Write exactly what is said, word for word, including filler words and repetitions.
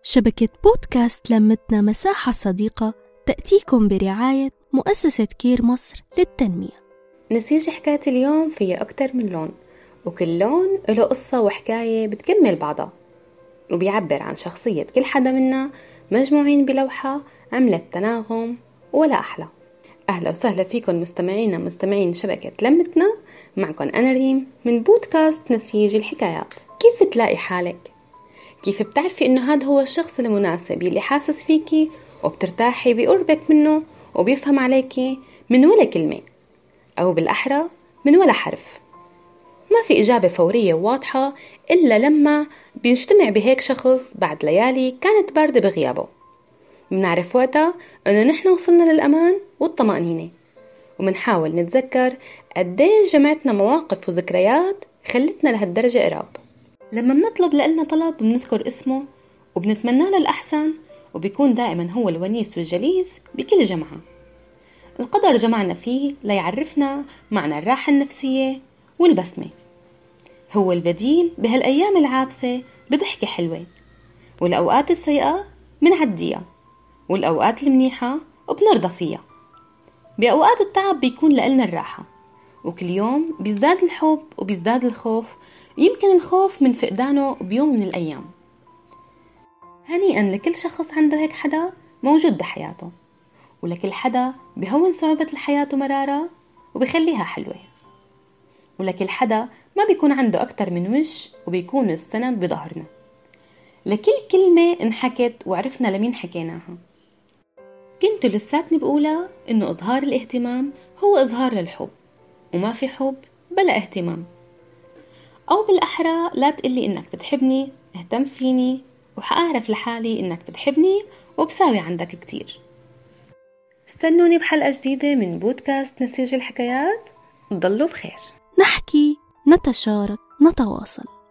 شبكة بودكاست لمتنا مساحة صديقة تأتيكم برعاية مؤسسة كير مصر للتنمية. نسيج حكاية اليوم فيه أكتر من لون، وكل لون له قصة وحكاية بتكمل بعضها وبيعبر عن شخصية كل حدا منا، مجموعين بلوحة عملت تناغم ولا أحلى. أهلا وسهلا فيكم مستمعينا مستمعين شبكة لمتنا، معكم أنا ريم من بودكاست نسيج الحكايات. كيف تلاقي حالك؟ كيف بتعرفي إنه هذا هو الشخص المناسب اللي حاسس فيكي وبترتاحي بقربك منه وبيفهم عليكي من ولا كلمة، أو بالأحرى من ولا حرف؟ ما في إجابة فورية وواضحة إلا لما بنجتمع بهيك شخص بعد ليالي كانت باردة بغيابه. منعرف وقتها أنه نحن وصلنا للأمان والطمأنينة، ومنحاول نتذكر قديش جمعتنا مواقف وذكريات خلتنا لهالدرجة قراب. لما بنطلب لنا طلب بنذكر اسمه وبنتمنى له الأحسن، وبيكون دائما هو الونيس والجليس بكل جمعة. القدر جمعنا فيه ليعرفنا معنى الراحة النفسية والبسمة. هو البديل بهالأيام العابسة بضحكة حلوة، والأوقات السيئة بنعديها، والأوقات المنيحة بنرضى فيها. بأوقات التعب بيكون لنا الراحة، وكل يوم بيزداد الحب وبيزداد الخوف، يمكن الخوف من فقدانه بيوم من الأيام. هنيئا لكل شخص عنده هيك حدا موجود بحياته، ولكل حدا بهون صعوبة الحياة ومرارة وبيخليها حلوة، ولكل حدا ما بيكون عنده أكتر من وش وبيكون السند بظهرنا. لكل كلمة انحكت وعرفنا لمين حكيناها. كنت لساتني بقولها إنه إظهار الاهتمام هو إظهار للحب، وما في حب بلا اهتمام. أو بالأحرى لا تقلي إنك بتحبني، اهتم فيني وحأعرف لحالي إنك بتحبني وبساوي عندك كتير. استنوني بحلقة جديدة من بودكاست نسيج الحكايات. ضلوا بخير. نحكي، نتشارك، نتواصل.